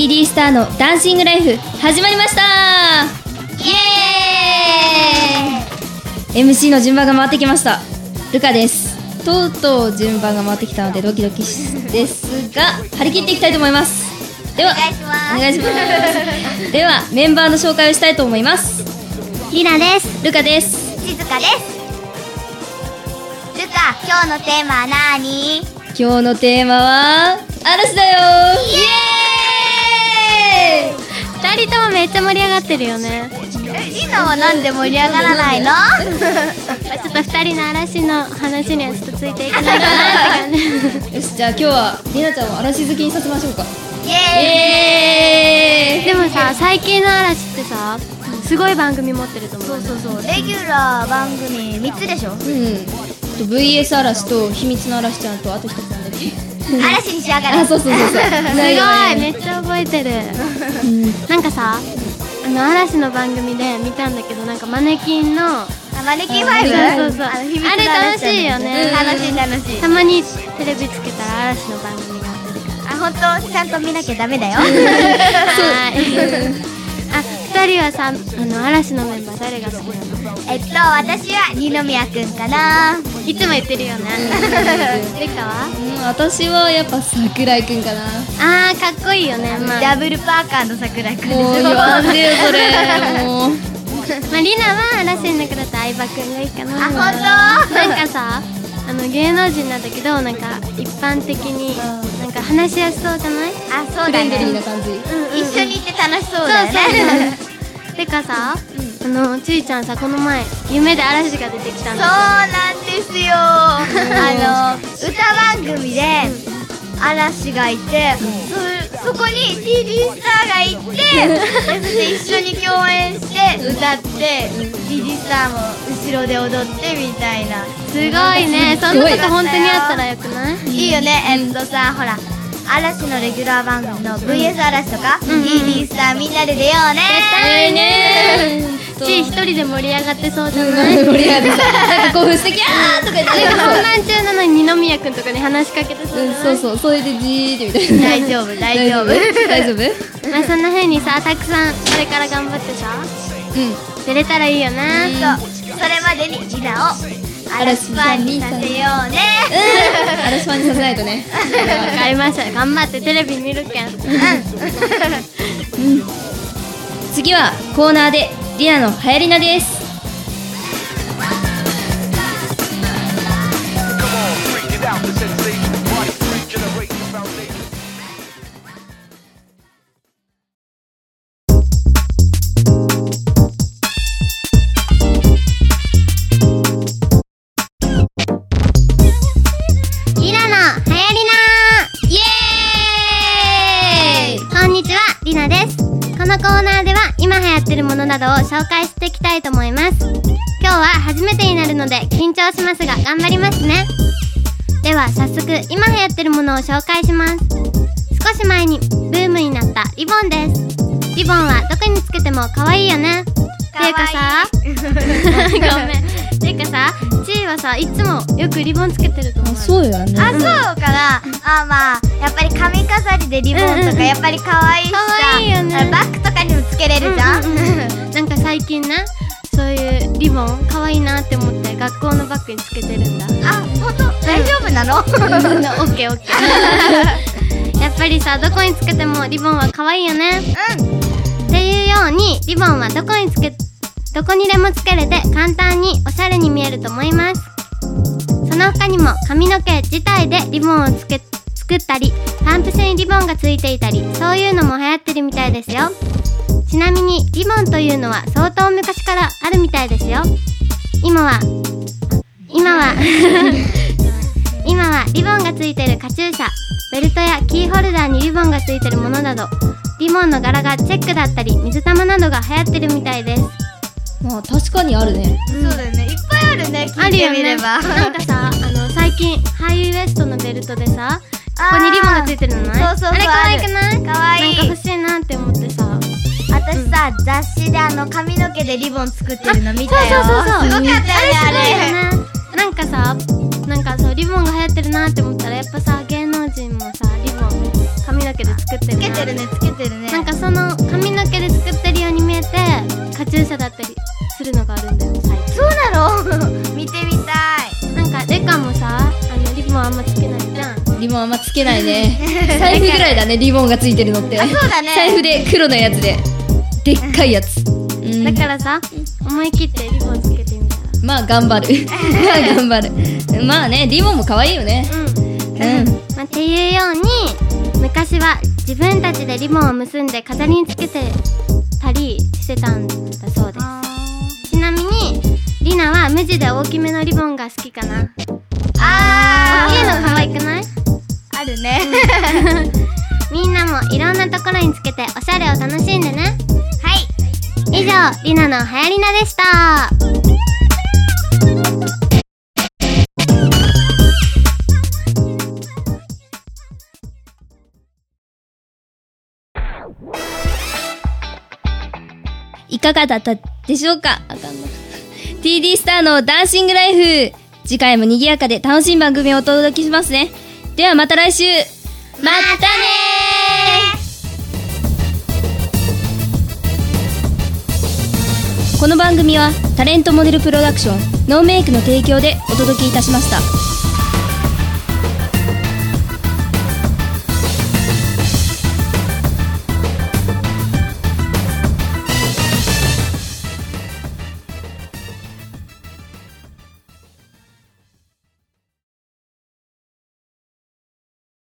DD スターのダンシングライフ始まりました。イエーイ。 MC の順番が回ってきました。ルカです。とうとう順番が回ってきたのでドキドキですが張り切っていきたいと思います。ではお願いしますではメンバーの紹介をしたいと思います。 リナです。 ルカです。 静香です。ルカ、今日のテーマはなーに？ 今日のテーマは嵐だよ。イエーイ。 2人ともめっちゃ盛り上がってるよね。 リナはなんで盛り上がらないの？ ちょっと2人の嵐の話にはちょっとついていけないかなって感じよし、じゃあ今日はリナちゃんを嵐好きにさせましょうか。 イエーイ。 でもさ、最近の嵐ってさすごい番組持ってると思う。 そうレギュラー番組3つでしょ。 VS 嵐と秘密の嵐ちゃんとあと一つなんだっけ嵐に仕上がる。 あ、そうすごいめっちゃ覚えてるなんかさ、嵐の番組で見たんだけど、なんかマネキンのマネキン5？ そうあれ楽しいよね。 楽しいたまにテレビつけたら嵐の番組が出てくる。 本当ちゃんと見なきゃダメだよはい2人はさ、嵐のメンバー誰が好きなの？ 私は二宮くんかな。 いつも言ってるよねリカは？ 私はやっぱ桜井くんかな。 かっこいいよね。 ダブルパーカーの桜井くんでしょ。 もう言わんでよそれもうリナは嵐の中だと相葉くんがいいかな。 本当？ なんかさ、芸能人なんだけど、なんか一般的になんか話しやすそうじゃない？ そうだね。 フレンドリーな感じ。 一緒にいて楽しそうだよね。 てかさ、ちいちゃんさ、この前夢で嵐が出てきたんだ。 そうなんですよ。歌番組で嵐がいて、そこに TD スターがいて、そして一緒に共演して歌って、TD スターも後ろで踊ってみたいな。 すごいね。そんなこと本当にあったらよくない？ いいよね。ほら、嵐のレギュラー番組の VS 嵐とか TD スターみんなで出ようね。 絶対ね。ちい一人で盛り上がってそうじゃない？ 盛り上がってさ、なんか興奮してキャーとか言って本番中なのに二宮くんとかに話しかけてそうじゃない？ そうそれでじーってみたいな。大丈夫そんな風にさ、たくさんこれから頑張ってさ出れたらいいよね。 それまでにリナを嵐ファンにさせようね。 嵐ファンにさせないとね。 わかりました。頑張ってテレビ見るけん。 次はコーナーでリナの流行りなです。 リナの流行りな。イエーイ。こんにちは、リナです。このコーナーでは今流行ってるものなどを紹介していきたいと思います。今日は初めてになるので緊張しますが頑張りますね。では早速今流行ってるものを紹介します。少し前にブームになったリボンです。リボンはどこにつけても可愛いよね。ていうかさごめん。ていうかさ、ちーはさ、いつもよくリボンつけてると思う。 そうよね。 そうかな。やっぱり髪飾りでリボンとかやっぱり可愛いしさ、 可愛いよね。 バッグとかにもつけれるじゃん。 なんか最近ね、そういうリボン可愛いなって思って学校のバッグにつけてるんだ。 ほんと？大丈夫なの？ オッケーやっぱりさ、どこにつけてもリボンは可愛いよね。っていうようにリボンはどこにでもつけれて簡単におしゃれに見えると思います。その他にも髪の毛自体でリボンを作ったり、パンプスにリボンがついていたり、そういうのも流行ってるみたいですよ。ちなみにリボンというのは相当昔からあるみたいですよ。今はリボンがついてるカチューシャ、ベルトやキーホルダーにリボンがついてるものなど、リボンの柄がチェックだったり水玉などが流行ってるみたいです。 確かにあるね。 そうだよね。いっぱいあるね。聞いてみれば。 なんかさ、最近ハイウエストのベルトでさ、ここにリボンがついてるのない？ そうあれ可愛くない？ 可愛い。 なんか欲しいなって思ってさ。 私さ、雑誌で髪の毛でリボン作ってるの見たよ。 そうすごかったよね、あれ。 なんかさ、リボンが流行ってるなって思ったら、やっぱさ、芸能人もさ、リボン髪の毛で作ってるな。 つけてるねつけてるね。 なんかその髪の毛で作ってるように見えてカチューシャだったりするのがあるんだよ最近。 そうなの見てみたい。 なんかレカもさリボンあんまつけないじゃん。 リボンあんまつけないね。財布ぐらいだね、リボンがついてるのって。 あ、そうだね。 財布で黒のやつででっかいやつ、 だからさ思い切ってリボンつけてみたら。 まあ頑張るまあ頑張る。まあね、リボンも可愛いよね。 まあ、っていうように昔は自分たちでリボンを結んで飾りにつけてたりしてたんだそうです。ちなみにリナは無地で大きめのリボンが好きかな。大きいの可愛くない？ あるね。 みんなもいろんなところにつけておしゃれを楽しんでね。 はい。 以上、リナのはやりなでした。 いかがだったでしょうか。あかんな。TD スターのダンシングライフ、次回も賑やかで楽しい番組をお届けしますね。ではまた来週。またねー。この番組はタレントモデルプロダクションノーメイクの提供でお届けいたしました。